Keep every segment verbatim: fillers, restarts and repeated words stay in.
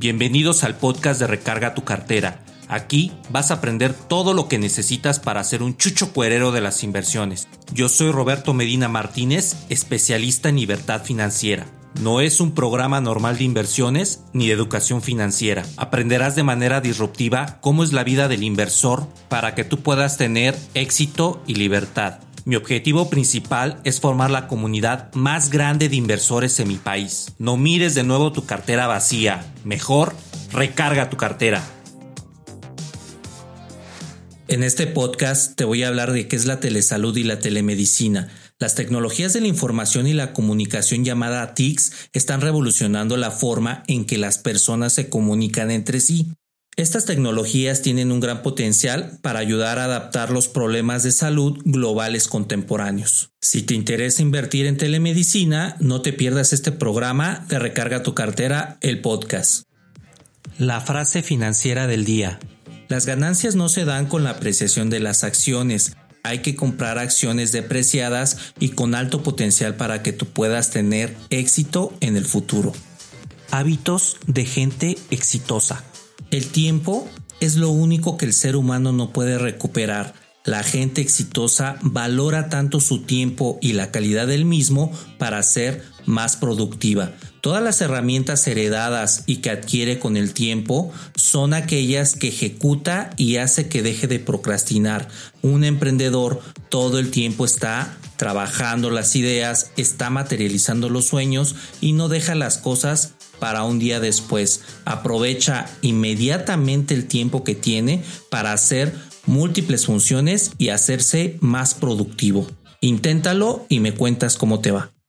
Bienvenidos al podcast de Recarga tu cartera. Aquí vas a aprender todo lo que necesitas para ser un chucho cuerero de las inversiones. Yo soy Roberto Medina Martínez, especialista en libertad financiera. No es un programa normal de inversiones ni de educación financiera. Aprenderás de manera disruptiva cómo es la vida del inversor para que tú puedas tener éxito y libertad. Mi objetivo principal es formar la comunidad más grande de inversores en mi país. No mires de nuevo tu cartera vacía. Mejor, recarga tu cartera. En este podcast te voy a hablar de qué es la telesalud y la telemedicina. Las tecnologías de la información y la comunicación llamada T I C S están revolucionando la forma en que las personas se comunican entre sí. Estas tecnologías tienen un gran potencial para ayudar a adaptar los problemas de salud globales contemporáneos. Si te interesa invertir en telemedicina, no te pierdas este programa de Recarga tu cartera, el podcast. La frase financiera del día. Las ganancias no se dan con la apreciación de las acciones. Hay que comprar acciones depreciadas y con alto potencial para que tú puedas tener éxito en el futuro. Hábitos de gente exitosa. El tiempo es lo único que el ser humano no puede recuperar. La gente exitosa valora tanto su tiempo y la calidad del mismo para ser más productiva. Todas las herramientas heredadas y que adquiere con el tiempo son aquellas que ejecuta y hace que deje de procrastinar. Un emprendedor todo el tiempo está trabajando las ideas, está materializando los sueños y no deja las cosas para un día después. Aprovecha inmediatamente el tiempo que tiene para hacer múltiples funciones y hacerse más productivo. Inténtalo y me cuentas cómo te va.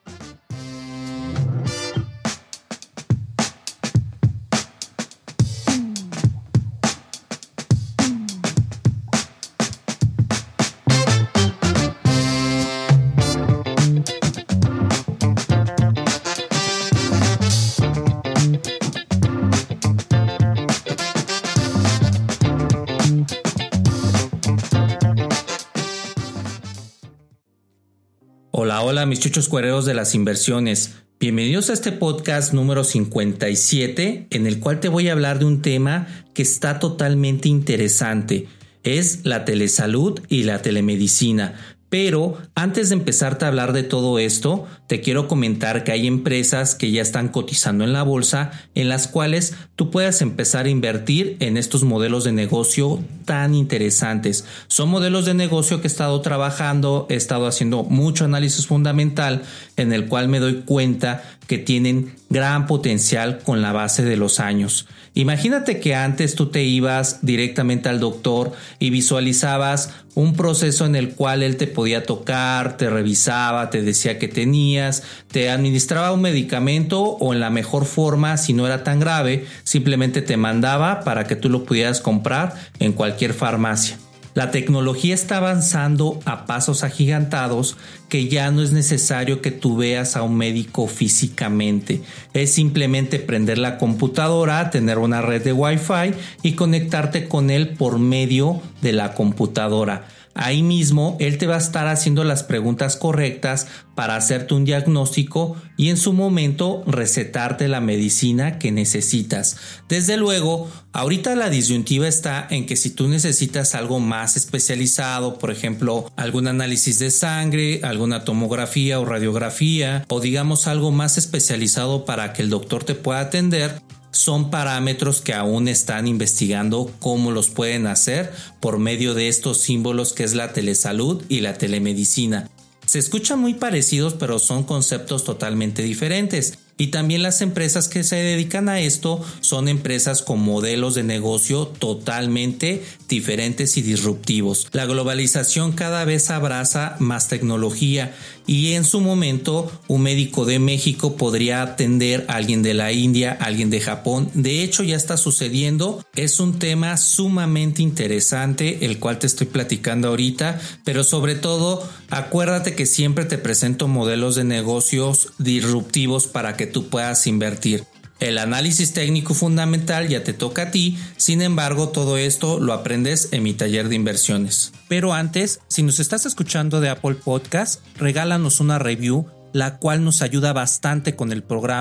Hola, hola mis chuchos cuereros de las inversiones. Bienvenidos a este podcast número cincuenta y siete, en el cual te voy a hablar de un tema que está totalmente interesante. Es la telesalud y la telemedicina. Pero antes de empezarte a hablar de todo esto, te quiero comentar que hay empresas que ya están cotizando en la bolsa en las cuales tú puedes empezar a invertir en estos modelos de negocio tan interesantes. Son modelos de negocio que he estado trabajando, he estado haciendo mucho análisis fundamental en el cual me doy cuenta que tienen gran potencial con la base de los años. Imagínate que antes tú te ibas directamente al doctor y visualizabas un proceso en el cual él te podía tocar, te revisaba, te decía que tenías, te administraba un medicamento o en la mejor forma, si no era tan grave, simplemente te mandaba para que tú lo pudieras comprar en cualquier farmacia. La tecnología está avanzando a pasos agigantados que ya no es necesario que tú veas a un médico físicamente. Es simplemente prender la computadora, tener una red de Wi-Fi y conectarte con él por medio de la computadora. Ahí mismo él te va a estar haciendo las preguntas correctas para hacerte un diagnóstico y en su momento recetarte la medicina que necesitas. Desde luego, ahorita la disyuntiva está en que si tú necesitas algo más especializado, por ejemplo, algún análisis de sangre, alguna tomografía o radiografía, o digamos algo más especializado para que el doctor te pueda atender, son parámetros que aún están investigando cómo los pueden hacer por medio de estos símbolos que es la telesalud y la telemedicina. Se escuchan muy parecidos, pero son conceptos totalmente diferentes. Y también las empresas que se dedican a esto son empresas con modelos de negocio totalmente diferentes y disruptivos. La globalización cada vez abraza más tecnología y en su momento un médico de México podría atender a alguien de la India, a alguien de Japón. De hecho ya está sucediendo. Es un tema sumamente interesante el cual te estoy platicando ahorita, pero sobre todo acuérdate que siempre te presento modelos de negocios disruptivos para que tú puedas invertir. El análisis técnico fundamental ya te toca a ti, sin embargo todo esto lo aprendes en mi taller de inversiones. Pero antes, si nos estás escuchando de Apple Podcast, regálanos una review, la cual nos ayuda bastante con el programa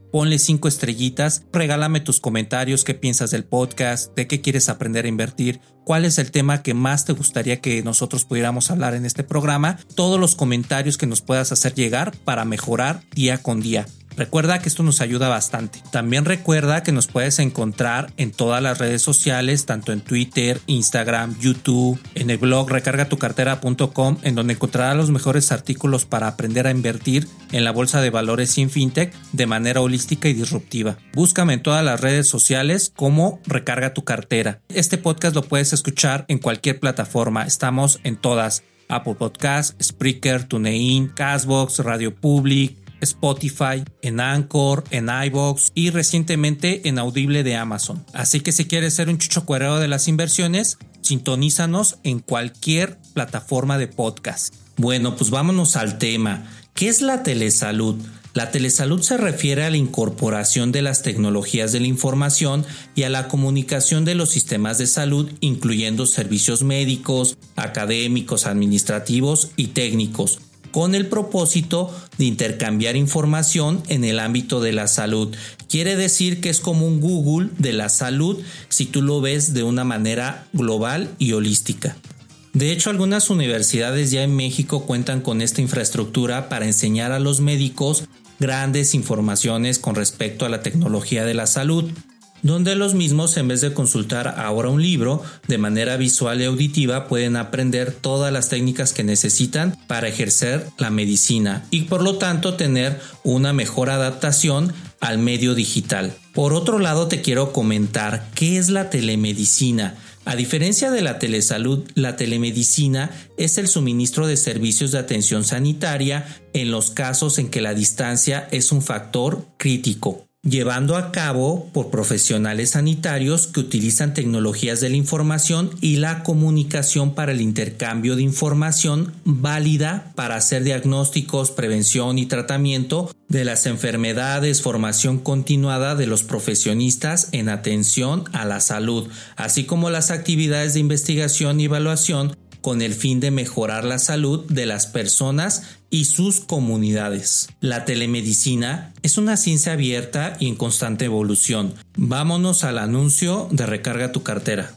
ponle cinco estrellitas, regálame tus comentarios, qué piensas del podcast, de qué quieres aprender a invertir, cuál es el tema que más te gustaría que nosotros pudiéramos hablar en este programa, todos los comentarios que nos puedas hacer llegar para mejorar día con día. Recuerda que esto nos ayuda bastante. También recuerda que nos puedes encontrar en todas las redes sociales, tanto en Twitter, Instagram, YouTube, en el blog recarga tu cartera punto com, en donde encontrarás los mejores artículos para aprender a invertir en la bolsa de valores y en fintech de manera holística y disruptiva. Búscame en todas las redes sociales como Recarga tu Cartera. Este podcast lo puedes escuchar en cualquier plataforma. Estamos en todas: Apple Podcasts, Spreaker, TuneIn, Castbox, Radio Public, Spotify, en Anchor, en iVoox y recientemente en Audible de Amazon. Así que si quieres ser un chucho cuerero de las inversiones, sintonízanos en cualquier plataforma de podcast. Bueno, pues vámonos al tema. ¿Qué es la telesalud? La telesalud se refiere a la incorporación de las tecnologías de la información y a la comunicación de los sistemas de salud, incluyendo servicios médicos, académicos, administrativos y técnicos, con el propósito de intercambiar información en el ámbito de la salud. Quiere decir que es como un Google de la salud si tú lo ves de una manera global y holística. De hecho, algunas universidades ya en México cuentan con esta infraestructura para enseñar a los médicos grandes informaciones con respecto a la tecnología de la salud, donde los mismos, en vez de consultar ahora un libro, de manera visual y auditiva pueden aprender todas las técnicas que necesitan para ejercer la medicina y por lo tanto tener una mejor adaptación al medio digital. Por otro lado, te quiero comentar qué es la telemedicina. A diferencia de la telesalud, la telemedicina es el suministro de servicios de atención sanitaria en los casos en que la distancia es un factor crítico, llevando a cabo por profesionales sanitarios que utilizan tecnologías de la información y la comunicación para el intercambio de información válida para hacer diagnósticos, prevención y tratamiento de las enfermedades, formación continuada de los profesionistas en atención a la salud, así como las actividades de investigación y evaluación con el fin de mejorar la salud de las personas y sus comunidades. La telemedicina es una ciencia abierta y en constante evolución. Vámonos al anuncio de Recarga tu Cartera.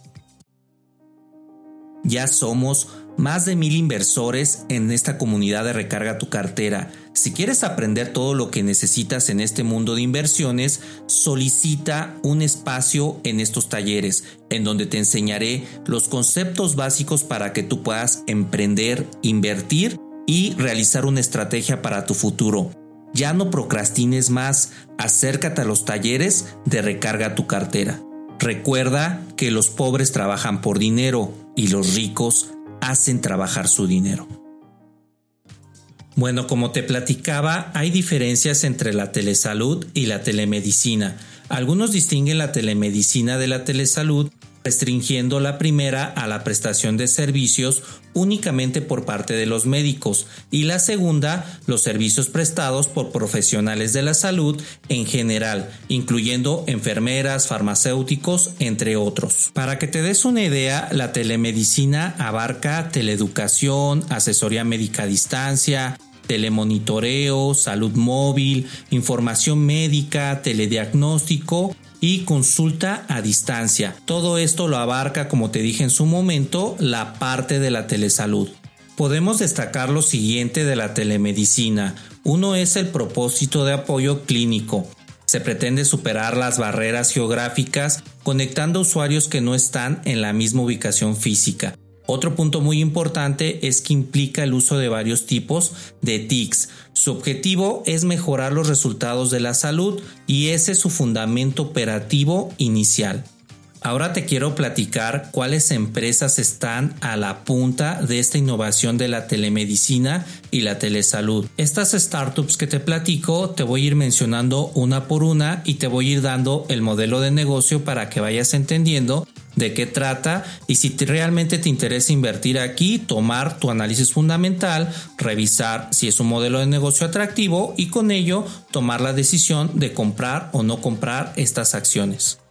Ya somos más de mil inversores en esta comunidad de Recarga tu Cartera. Si quieres aprender todo lo que necesitas en este mundo de inversiones, solicita un espacio en estos talleres, en donde te enseñaré los conceptos básicos para que tú puedas emprender, invertir y realizar una estrategia para tu futuro. Ya no procrastines más, acércate a los talleres de Recarga tu Cartera. Recuerda que los pobres trabajan por dinero y los ricos hacen trabajar su dinero. Bueno, como te platicaba, hay diferencias entre la telesalud y la telemedicina. Algunos distinguen la telemedicina de la telesalud, restringiendo la primera a la prestación de servicios únicamente por parte de los médicos y la segunda, los servicios prestados por profesionales de la salud en general, incluyendo enfermeras, farmacéuticos, entre otros. Para que te des una idea, la telemedicina abarca teleeducación, asesoría médica a distancia, telemonitoreo, salud móvil, información médica, telediagnóstico y consulta a distancia. Todo esto lo abarca, como te dije en su momento, la parte de la telesalud. Podemos destacar lo siguiente de la telemedicina. Uno es el propósito de apoyo clínico. Se pretende superar las barreras geográficas conectando usuarios que no están en la misma ubicación física. Otro punto muy importante es que implica el uso de varios tipos de T I Cs. Su objetivo es mejorar los resultados de la salud y ese es su fundamento operativo inicial. Ahora te quiero platicar cuáles empresas están a la punta de esta innovación de la telemedicina y la telesalud. Estas startups que te platico te voy a ir mencionando una por una y te voy a ir dando el modelo de negocio para que vayas entendiendo de qué trata y si te, realmente te interesa invertir aquí, tomar tu análisis fundamental, revisar si es un modelo de negocio atractivo y con ello tomar la decisión de comprar o no comprar estas acciones.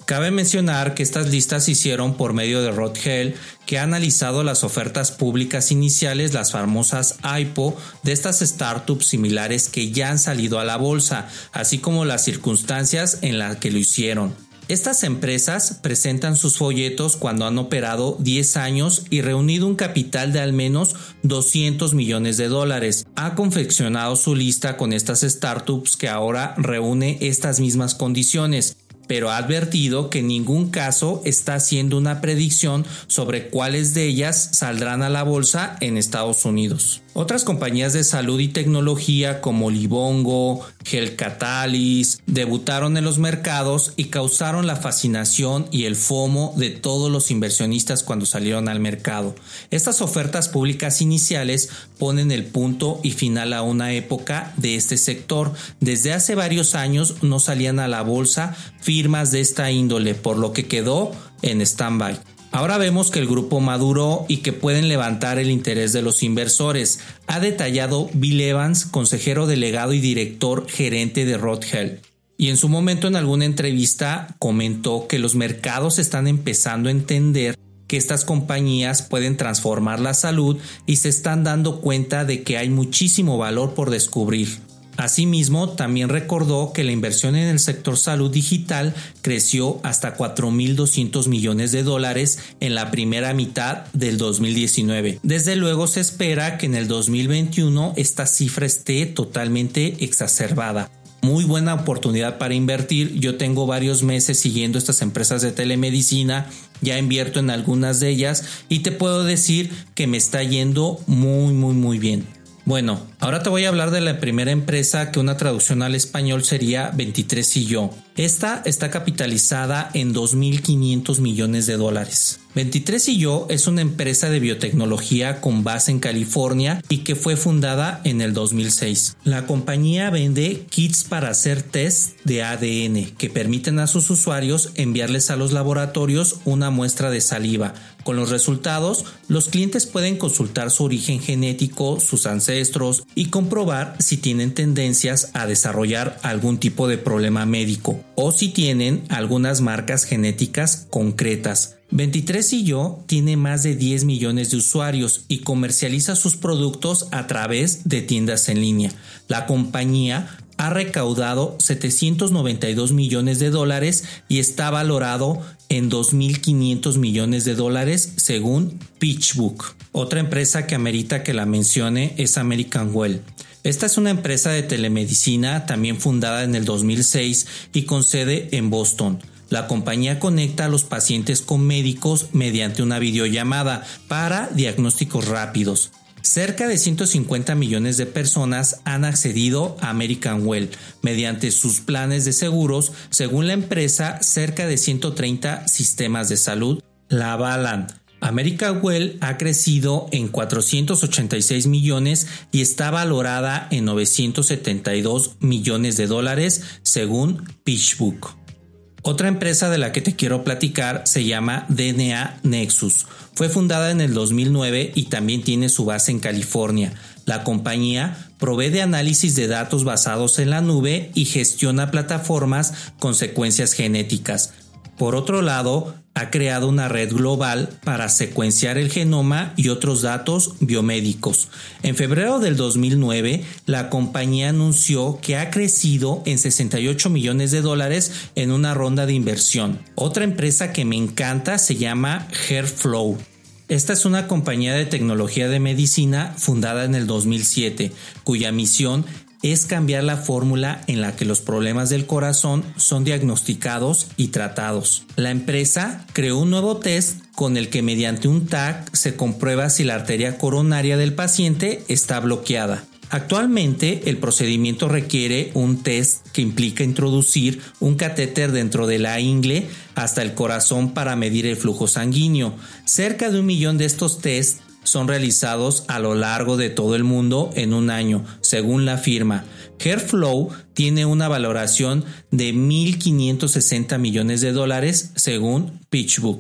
Cabe mencionar que estas listas se hicieron por medio de Rothschild, que ha analizado las ofertas públicas iniciales, las famosas I P O, de estas startups similares que ya han salido a la bolsa, así como las circunstancias en las que lo hicieron. Estas empresas presentan sus folletos cuando han operado diez años y reunido un capital de al menos doscientos millones de dólares. Ha confeccionado su lista con estas startups que ahora reúne estas mismas condiciones, pero ha advertido que en ningún caso está haciendo una predicción sobre cuáles de ellas saldrán a la bolsa en Estados Unidos. Otras compañías de salud y tecnología como Livongo, Health Catalyst debutaron en los mercados y causaron la fascinación y el FOMO de todos los inversionistas cuando salieron al mercado. Estas ofertas públicas iniciales ponen el punto y final a una época de este sector. Desde hace varios años no salían a la bolsa firmas de esta índole, por lo que quedó en stand-by. Ahora vemos que el grupo maduró y que pueden levantar el interés de los inversores, ha detallado Bill Evans, consejero delegado y director gerente de Rothschild. Y en su momento en alguna entrevista comentó que los mercados están empezando a entender que estas compañías pueden transformar la salud y se están dando cuenta de que hay muchísimo valor por descubrir. Asimismo, también recordó que la inversión en el sector salud digital creció hasta cuatro mil doscientos millones de dólares en la primera mitad del dos mil diecinueve. Desde luego se espera que en el dos mil veintiuno esta cifra esté totalmente exacerbada. Muy buena oportunidad para invertir. Yo tengo varios meses siguiendo estas empresas de telemedicina, ya invierto en algunas de ellas y te puedo decir que me está yendo muy muy muy bien. Bueno, ahora te voy a hablar de la primera empresa que una traducción al español sería veintitrés y yo. Esta está capitalizada en dos mil quinientos millones de dólares. veintitrés y yo es una empresa de biotecnología con base en California y que fue fundada en el dos mil seis. La compañía vende kits para hacer test de A D N que permiten a sus usuarios enviarles a los laboratorios una muestra de saliva. Con los resultados, los clientes pueden consultar su origen genético, sus ancestros y comprobar si tienen tendencias a desarrollar algún tipo de problema médico o si tienen algunas marcas genéticas concretas. veintitrés y yo tiene más de diez millones de usuarios y comercializa sus productos a través de tiendas en línea. La compañía ha recaudado setecientos noventa y dos millones de dólares y está valorado en dos mil quinientos millones de dólares según PitchBook. Otra empresa que amerita que la mencione es American Well. Esta es una empresa de telemedicina también fundada en el dos mil seis y con sede en Boston. La compañía conecta a los pacientes con médicos mediante una videollamada para diagnósticos rápidos. Cerca de ciento cincuenta millones de personas han accedido a American Well mediante sus planes de seguros. Según la empresa, cerca de ciento treinta sistemas de salud la avalan. American Well ha crecido en cuatrocientos ochenta y seis millones y está valorada en novecientos setenta y dos millones de dólares según PitchBook. Otra empresa de la que te quiero platicar se llama D N A Nexus. Fue fundada en el dos mil nueve y también tiene su base en California. La compañía provee de análisis de datos basados en la nube y gestiona plataformas con secuencias genéticas. Por otro lado, ha creado una red global para secuenciar el genoma y otros datos biomédicos. En febrero del dos mil nueve, la compañía anunció que ha crecido en sesenta y ocho millones de dólares en una ronda de inversión. Otra empresa que me encanta se llama HeartFlow. Esta es una compañía de tecnología de medicina fundada en el dos mil siete, cuya misión es cambiar la fórmula en la que los problemas del corazón son diagnosticados y tratados. La empresa creó un nuevo test con el que mediante un tag se comprueba si la arteria coronaria del paciente está bloqueada. Actualmente el procedimiento requiere un test que implica introducir un catéter dentro de la ingle hasta el corazón para medir el flujo sanguíneo. Cerca de un millón de estos tests son realizados a lo largo de todo el mundo en un año, según la firma. HeartFlow tiene una valoración de mil quinientos sesenta millones de dólares según PitchBook.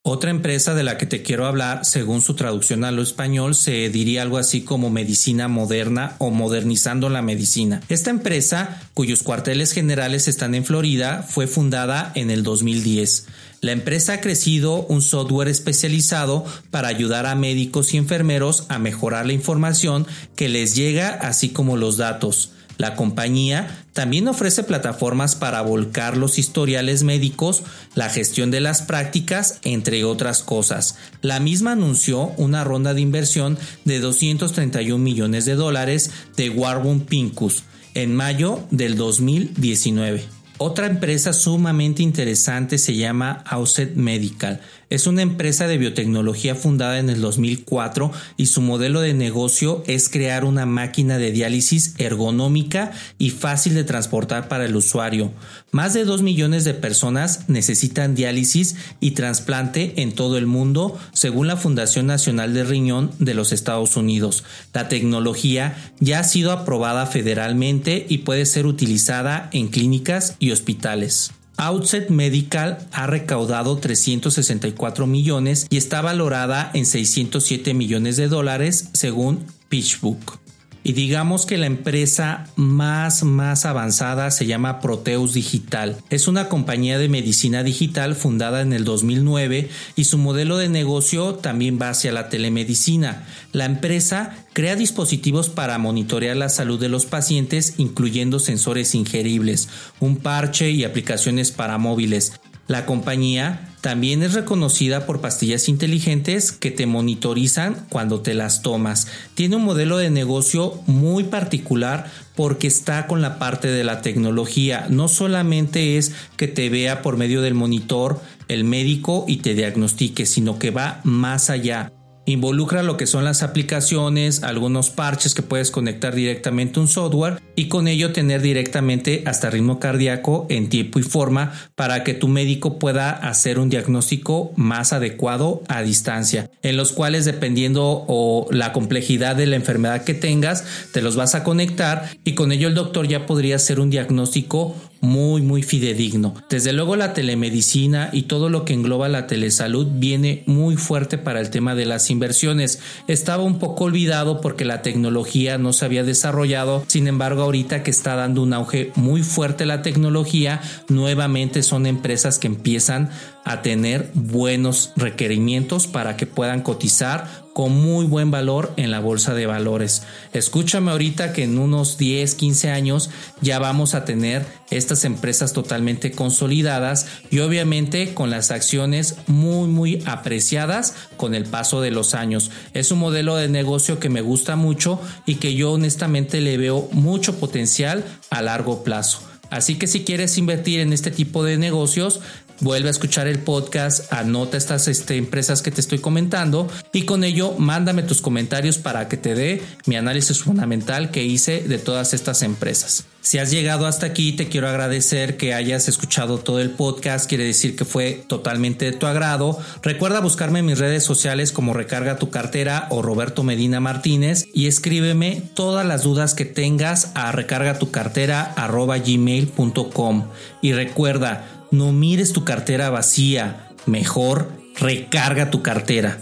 Otra empresa de la que te quiero hablar, según su traducción a lo español, se diría algo así como medicina moderna o modernizando la medicina. Esta empresa, cuyos cuarteles generales están en Florida, fue fundada en el dos mil diez. La empresa ha crecido un software especializado para ayudar a médicos y enfermeros a mejorar la información que les llega, así como los datos. La compañía también ofrece plataformas para volcar los historiales médicos, la gestión de las prácticas, entre otras cosas. La misma anunció una ronda de inversión de doscientos treinta y un millones de dólares de Warburg Pincus en mayo del dos mil diecinueve. Otra empresa sumamente interesante se llama Outset Medical. Es una empresa de biotecnología fundada en el dos mil cuatro y su modelo de negocio es crear una máquina de diálisis ergonómica y fácil de transportar para el usuario. Más de dos millones de personas necesitan diálisis y trasplante en todo el mundo, según la Fundación Nacional de Riñón de los Estados Unidos. La tecnología ya ha sido aprobada federalmente y puede ser utilizada en clínicas y hospitales. Outset Medical ha recaudado trescientos sesenta y cuatro millones y está valorada en seiscientos siete millones de dólares según PitchBook. Y digamos que la empresa más más avanzada se llama Proteus Digital. Es una compañía de medicina digital fundada en el dos mil nueve y su modelo de negocio también va hacia la telemedicina. La empresa crea dispositivos para monitorear la salud de los pacientes, incluyendo sensores ingeribles, un parche y aplicaciones para móviles. La compañía también es reconocida por pastillas inteligentes que te monitorizan cuando te las tomas. Tiene un modelo de negocio muy particular porque está con la parte de la tecnología. No solamente es que te vea por medio del monitor el médico y te diagnostique, sino que va más allá. Involucra lo que son las aplicaciones, algunos parches que puedes conectar directamente a un software y con ello tener directamente hasta ritmo cardíaco en tiempo y forma para que tu médico pueda hacer un diagnóstico más adecuado a distancia, en los cuales dependiendo o la complejidad de la enfermedad que tengas, te los vas a conectar y con ello el doctor ya podría hacer un diagnóstico muy muy fidedigno. Desde luego la telemedicina y todo lo que engloba la telesalud viene muy fuerte para el tema de las inversiones. Estaba un poco olvidado porque la tecnología no se había desarrollado, sin embargo ahorita que está dando un auge muy fuerte la tecnología, nuevamente son empresas que empiezan a tener buenos requerimientos para que puedan cotizar con muy buen valor en la bolsa de valores. Escúchame ahorita que en unos diez, quince años ya vamos a tener estas empresas totalmente consolidadas y obviamente con las acciones muy muy apreciadas con el paso de los años. Es un modelo de negocio que me gusta mucho y que yo honestamente le veo mucho potencial a largo plazo. Así que si quieres invertir en este tipo de negocios, vuelve a escuchar el podcast, anota estas este, empresas que te estoy comentando y con ello mándame tus comentarios para que te dé mi análisis fundamental que hice de todas estas empresas. Si has llegado hasta aquí, te quiero agradecer que hayas escuchado todo el podcast, quiere decir que fue totalmente de tu agrado. Recuerda buscarme en mis redes sociales como Recarga tu Cartera o Roberto Medina Martínez y escríbeme todas las dudas que tengas a recargatucartera arroba gmail punto com. Y recuerda, no mires tu cartera vacía, mejor recarga tu cartera.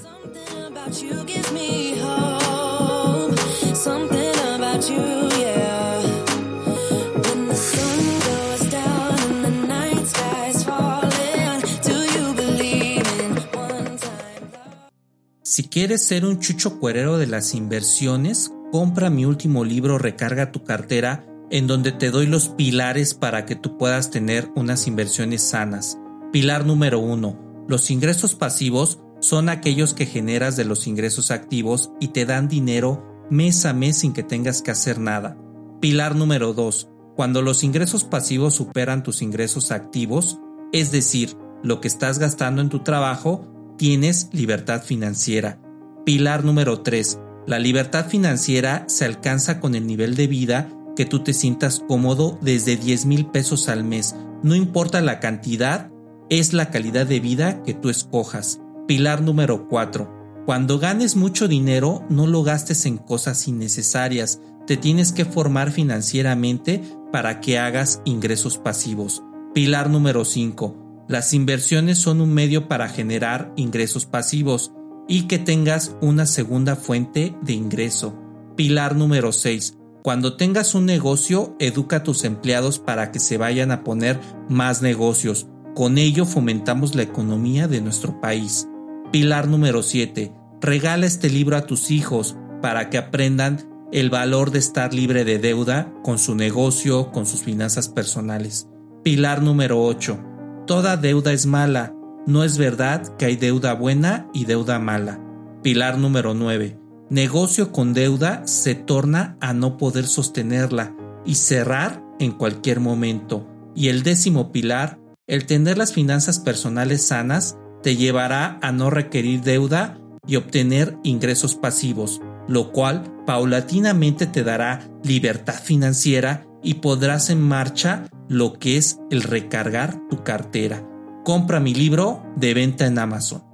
Si quieres ser un chucho cuerero de las inversiones, compra mi último libro Recarga tu Cartera, en donde te doy los pilares para que tú puedas tener unas inversiones sanas. Pilar número uno. Los ingresos pasivos son aquellos que generas de los ingresos activos y te dan dinero mes a mes sin que tengas que hacer nada. Pilar número dos. Cuando los ingresos pasivos superan tus ingresos activos, es decir, lo que estás gastando en tu trabajo, tienes libertad financiera. Pilar número tres. La libertad financiera se alcanza con el nivel de vida que tú te sientas cómodo desde diez mil pesos al mes. No importa la cantidad, es la calidad de vida que tú escojas. Pilar número cuatro. Cuando ganes mucho dinero, no lo gastes en cosas innecesarias. Te tienes que formar financieramente para que hagas ingresos pasivos. Pilar número cinco. Las inversiones son un medio para generar ingresos pasivos y que tengas una segunda fuente de ingreso. Pilar número seis. Cuando tengas un negocio, educa a tus empleados para que se vayan a poner más negocios. Con ello fomentamos la economía de nuestro país. Pilar número siete. Regala este libro a tus hijos para que aprendan el valor de estar libre de deuda con su negocio, con sus finanzas personales. Pilar número ocho. Toda deuda es mala. No es verdad que hay deuda buena y deuda mala. Pilar número nueve. Negocio con deuda se torna a no poder sostenerla y cerrar en cualquier momento. Y el décimo pilar, el tener las finanzas personales sanas te llevará a no requerir deuda y obtener ingresos pasivos, lo cual paulatinamente te dará libertad financiera y podrás en marcha lo que es el recargar tu cartera. Compra mi libro de venta en Amazon.